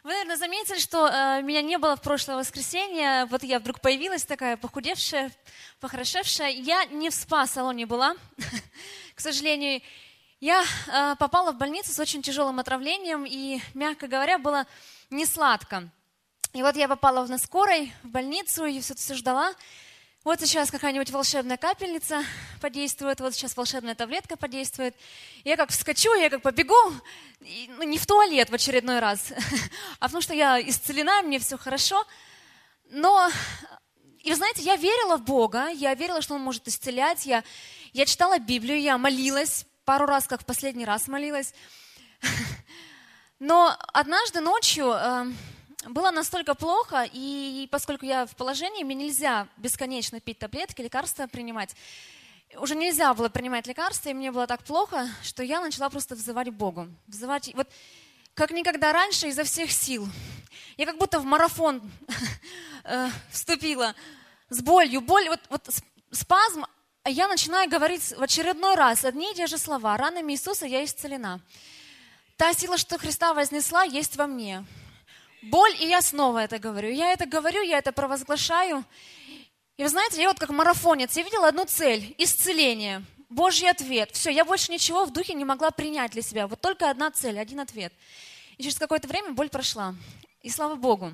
Вы, наверное, заметили, что меня не было в прошлое воскресенье. Вот я вдруг появилась такая похудевшая, похорошевшая. Я не в спа-салоне была, к сожалению. Я попала в больницу с очень тяжелым отравлением, и, мягко говоря, было не сладко. И вот я попала на скорой в больницу, и все ждала. Вот сейчас какая-нибудь волшебная капельница подействует, вот сейчас волшебная таблетка подействует. Я как вскочу, я как побегу, не в туалет в очередной раз, а потому что я исцелена, мне все хорошо. Но, и вы знаете, я верила в Бога, я верила, что Он может исцелять. Я читала Библию, я молилась, пару раз, как в последний раз молилась. Но однажды ночью было настолько плохо, и поскольку я в положении, мне нельзя бесконечно пить таблетки, лекарства принимать. Уже нельзя было принимать лекарства, и мне было так плохо, что я начала просто взывать к Богу. Взывать, вот как никогда раньше, изо всех сил. Я как будто в марафон вступила с болью. Боль, вот спазм, а я начинаю говорить в очередной раз одни и те же слова. Ранами Иисуса я исцелена. Та сила, что Христа вознесла, есть во мне. Боль, и я снова это говорю. Я это провозглашаю. И вы знаете, я вот как марафонец, я видела одну цель – исцеление, Божий ответ. Все, я больше ничего в духе не могла принять для себя. Вот только одна цель, один ответ. И через какое-то время боль прошла. И слава Богу.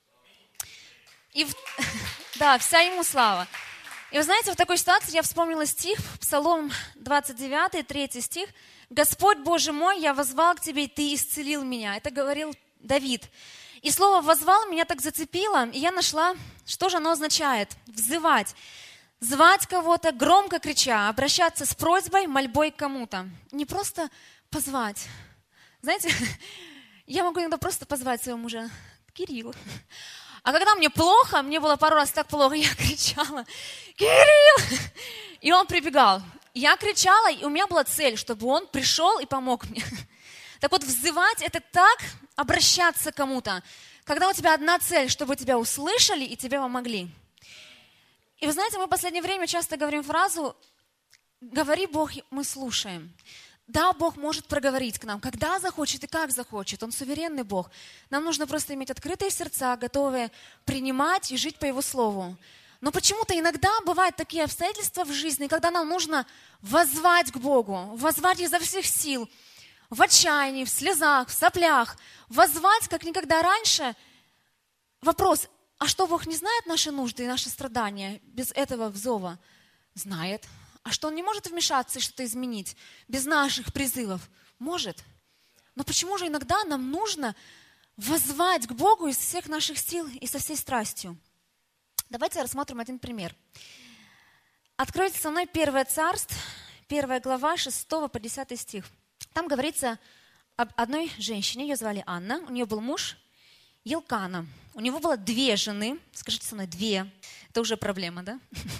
Да, вся Ему слава. И вы знаете, в такой ситуации я вспомнила стих, Псалом 29, 3 стих. «Господь Боже мой, я воззвал к Тебе, и Ты исцелил меня». Это говорил Давид. И слово «воззвал» меня так зацепило, и я нашла, что же оно означает. Взывать. Звать кого-то, громко крича, обращаться с просьбой, мольбой к кому-то. Не просто позвать. Знаете, я могу иногда просто позвать своего мужа. Кирилл. А когда мне плохо, мне было пару раз так плохо, я кричала, Кирилл! И он прибегал. Я кричала, и у меня была цель, чтобы он пришел и помог мне. Так вот, взывать – это так обращаться к кому-то, когда у тебя одна цель, чтобы тебя услышали и тебе помогли. И вы знаете, мы в последнее время часто говорим фразу «Говори, Бог, мы слушаем». Да, Бог может проговорить к нам, когда захочет и как захочет. Он суверенный Бог. Нам нужно просто иметь открытые сердца, готовые принимать и жить по Его Слову. Но почему-то иногда бывают такие обстоятельства в жизни, когда нам нужно воззвать к Богу, воззвать изо всех сил, в отчаянии, в слезах, в соплях, воззвать, как никогда раньше. Вопрос, а что, Бог не знает наши нужды и наши страдания без этого взова? Знает. А что Он не может вмешаться и что-то изменить без наших призывов? Может. Но почему же иногда нам нужно воззвать к Богу из всех наших сил и со всей страстью? Давайте рассмотрим один пример. Откройте со мной 1 Царств, 1 глава, 6 по 10 стих. Там говорится об одной женщине, ее звали Анна, у нее был муж Елкана. У него было 2 жены, скажите со мной, 2, это уже проблема, да?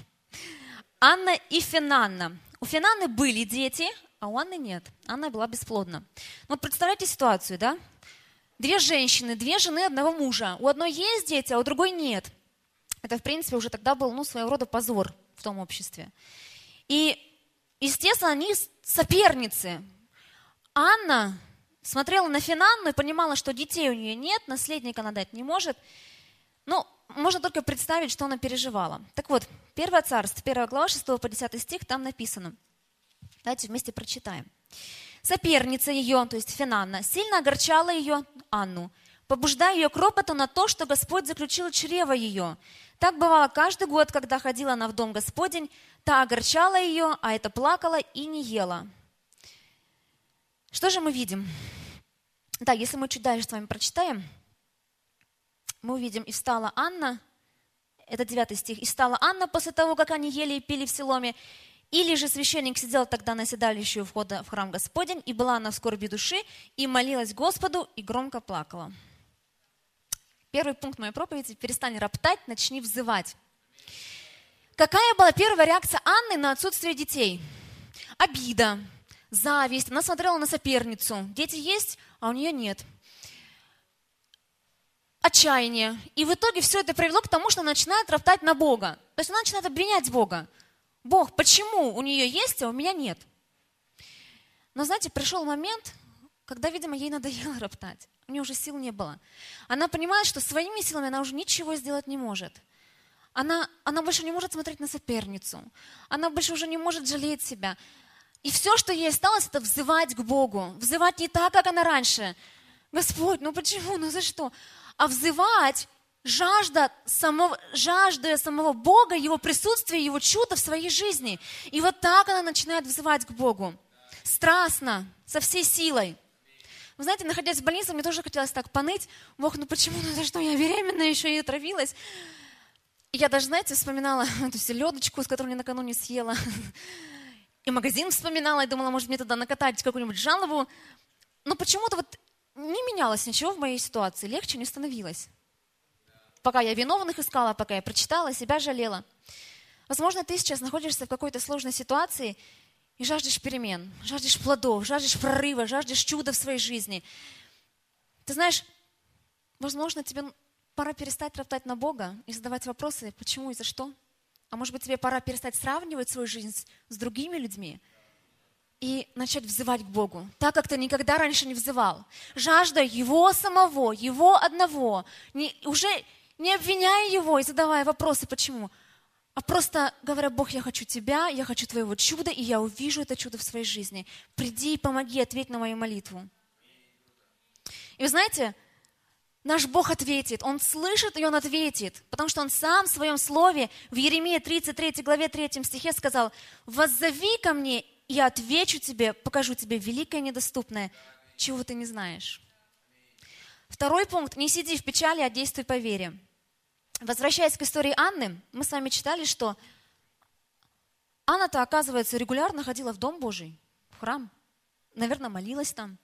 Анна и Фенанна. У Фенанны были дети, а у Анны нет. Анна была бесплодна. Вот представляете ситуацию, да? 2 женщины, 2 жены одного мужа. У одной есть дети, а у другой нет. Это, в принципе, уже тогда был, своего рода позор в том обществе. И, естественно, они соперницы. Анна смотрела на Фенанну и понимала, что детей у нее нет, наследника она дать не может. Можно только представить, что она переживала. Так вот, 1 Царств, 1 глава, 6 по 10 стих, там написано. Давайте вместе прочитаем. Соперница ее, то есть Фенанна, сильно огорчала ее, Анну, побуждая ее к ропоту на то, что Господь заключил чрево ее. Так бывало каждый год, когда ходила она в дом Господень, та огорчала ее, а эта плакала и не ела. Что же мы видим? Да, если мы чуть дальше с вами прочитаем, мы увидим, и встала Анна, это 9 стих, и встала Анна после того, как они ели и пили в Силоме, или же священник сидел тогда на седалище у входа в храм Господень, и была она в скорби души, и молилась Господу, и громко плакала. Первый пункт моей проповеди – перестань роптать, начни взывать. Какая была первая реакция Анны на отсутствие детей? Обида, зависть, она смотрела на соперницу. Дети есть, а у нее нет. Отчаяние. И в итоге все это привело к тому, что она начинает роптать на Бога. То есть она начинает обвинять Бога. Бог, почему у нее есть, а у меня нет? Но знаете, пришел момент, когда, видимо, ей надоело роптать. У нее уже сил не было. Она понимает, что своими силами она уже ничего сделать не может. Она больше не может смотреть на соперницу. Она больше уже не может жалеть себя. И все, что ей осталось, это взывать к Богу. Взывать не так, как она раньше. Господь, ну почему, ну за что? А взывать, жаждая самого Бога, Его присутствия, Его чуда в своей жизни. И вот так она начинает взывать к Богу. Страстно, со всей силой. Вы знаете, находясь в больнице, мне тоже хотелось так поныть. Бог, ну почему, ну за что, я беременная еще и отравилась. И я даже, знаете, вспоминала эту селедочку, с которой я накануне съела. И магазин вспоминала, и думала, может мне туда накатать какую-нибудь жалобу. Но почему-то вот не менялось ничего в моей ситуации, легче не становилось. Пока я виновных искала, пока я прочитала, себя жалела. Возможно, ты сейчас находишься в какой-то сложной ситуации и жаждешь перемен, жаждешь плодов, жаждешь прорыва, жаждешь чуда в своей жизни. Ты знаешь, возможно, тебе пора перестать роптать на Бога и задавать вопросы, почему и за что. А может быть, тебе пора перестать сравнивать свою жизнь с другими людьми и начать взывать к Богу, так как ты никогда раньше не взывал. Жажда Его самого, Его одного, уже не обвиняя Его и задавая вопросы, почему, а просто говоря, Бог, я хочу Тебя, я хочу Твоего чуда, и я увижу это чудо в своей жизни. Приди и помоги, ответь на мою молитву. И вы знаете, наш Бог ответит, Он слышит и Он ответит, потому что Он сам в Своем Слове в Иеремии 33 главе 3 стихе сказал: «Воззови ко мне, и я отвечу тебе, покажу тебе великое и недоступное, чего ты не знаешь». Второй пункт. Не сиди в печали, а действуй по вере. Возвращаясь к истории Анны, мы с вами читали, что Анна-то, оказывается, регулярно ходила в Дом Божий, в храм. Наверное, молилась там.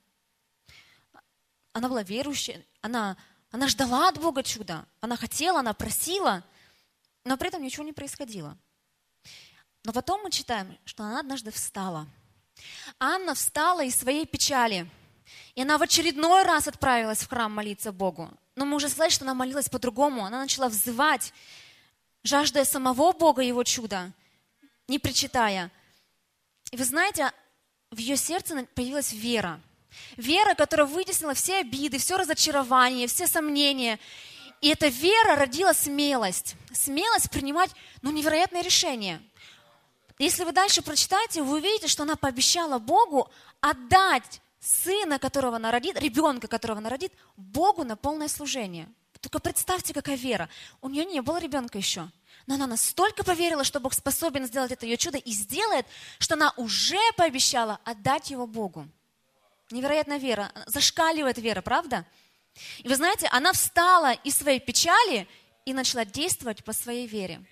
Она была верующей, она ждала от Бога чуда, она хотела, она просила, но при этом ничего не происходило. Но потом мы читаем, что она однажды встала. Анна встала из своей печали, и она в очередной раз отправилась в храм молиться Богу. Но мы уже сказали, что она молилась по-другому, она начала взывать, жаждая самого Бога и Его чуда, не причитая. И вы знаете, в ее сердце появилась вера. Вера, которая вытеснила все обиды, все разочарование, все сомнения. И эта вера родила смелость. Смелость принимать невероятные решения. Если вы дальше прочитаете, вы увидите, что она пообещала Богу отдать сына, которого она родит, ребенка, которого она родит, Богу на полное служение. Только представьте, какая вера. У нее не было ребенка еще. Но она настолько поверила, что Бог способен сделать это ее чудо и сделает, что она уже пообещала отдать его Богу. Невероятная вера, зашкаливает вера, правда? И вы знаете, она встала из своей печали и начала действовать по своей вере.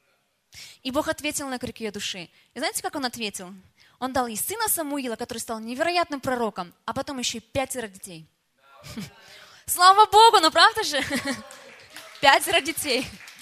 И Бог ответил на крик ее души. И знаете, как Он ответил? Он дал ей сына Самуила, который стал невероятным пророком, а потом еще и 5 детей. Слава Богу, ну правда же? 5 детей.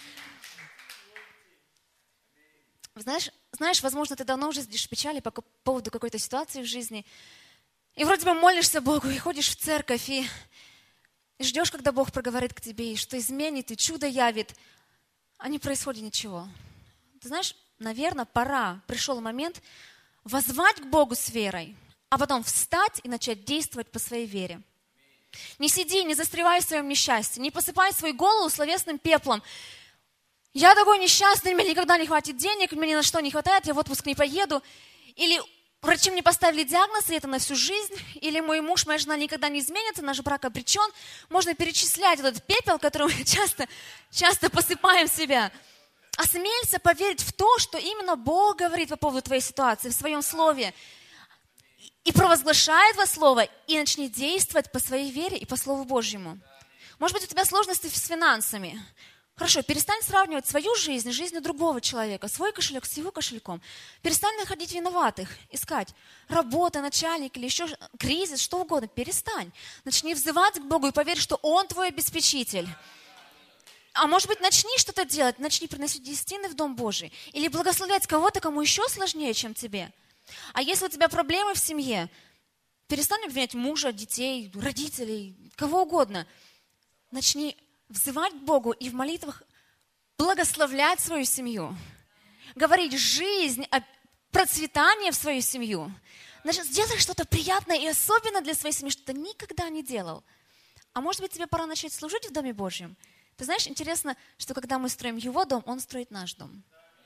Знаешь, возможно, ты давно уже сидишь в печали по поводу какой-то ситуации в жизни, и вроде бы молишься Богу, и ходишь в церковь, и ждешь, когда Бог проговорит к тебе, и что изменит, и чудо явит, а не происходит ничего. Ты знаешь, наверное, пришел момент воззвать к Богу с верой, а потом встать и начать действовать по своей вере. Не сиди, не застревай в своем несчастье, не посыпай свою голову словесным пеплом. Я такой несчастный, мне никогда не хватит денег, мне ни на что не хватает, я в отпуск не поеду. Или врачи мне поставили диагноз, и это на всю жизнь. Или мой муж, моя жена никогда не изменится, наш брак обречен. Можно перечислять этот пепел, который мы часто посыпаем в себя. Осмелься поверить в то, что именно Бог говорит по поводу твоей ситуации в своем слове. И провозглашай это слово, и начни действовать по своей вере и по Слову Божьему. Может быть, у тебя сложности с финансами. Хорошо, перестань сравнивать свою жизнь с жизнью другого человека, свой кошелек с его кошельком. Перестань находить виноватых, искать работа, начальник или еще кризис, что угодно. Перестань. Начни взывать к Богу и поверь, что Он твой обеспечитель. А может быть, начни что-то делать, начни приносить десятины в Дом Божий. Или благословлять кого-то, кому еще сложнее, чем тебе. А если у тебя проблемы в семье, перестань обвинять мужа, детей, родителей, кого угодно. Начни взывать к Богу и в молитвах благословлять свою семью. Говорить жизнь, процветание в свою семью. Значит, сделай что-то приятное и особенно для своей семьи, что ты никогда не делал. А может быть, тебе пора начать служить в Доме Божьем? Ты знаешь, интересно, что когда мы строим Его дом, Он строит наш дом.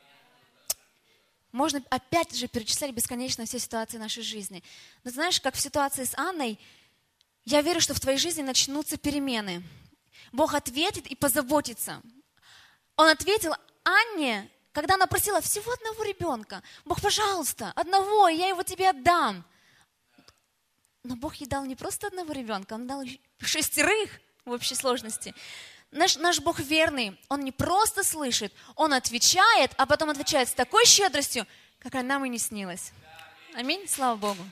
Можно опять же перечислять бесконечно все ситуации нашей жизни. Но знаешь, как в ситуации с Анной, я верю, что в твоей жизни начнутся перемены. Бог ответит и позаботится. Он ответил Анне, когда она просила всего одного ребенка. Бог, пожалуйста, одного, и я его тебе отдам. Но Бог ей дал не просто одного ребенка, Он дал 6 в общей сложности. Наш Бог верный, Он не просто слышит, Он отвечает, а потом отвечает с такой щедростью, какая нам и не снилась. Аминь, слава Богу.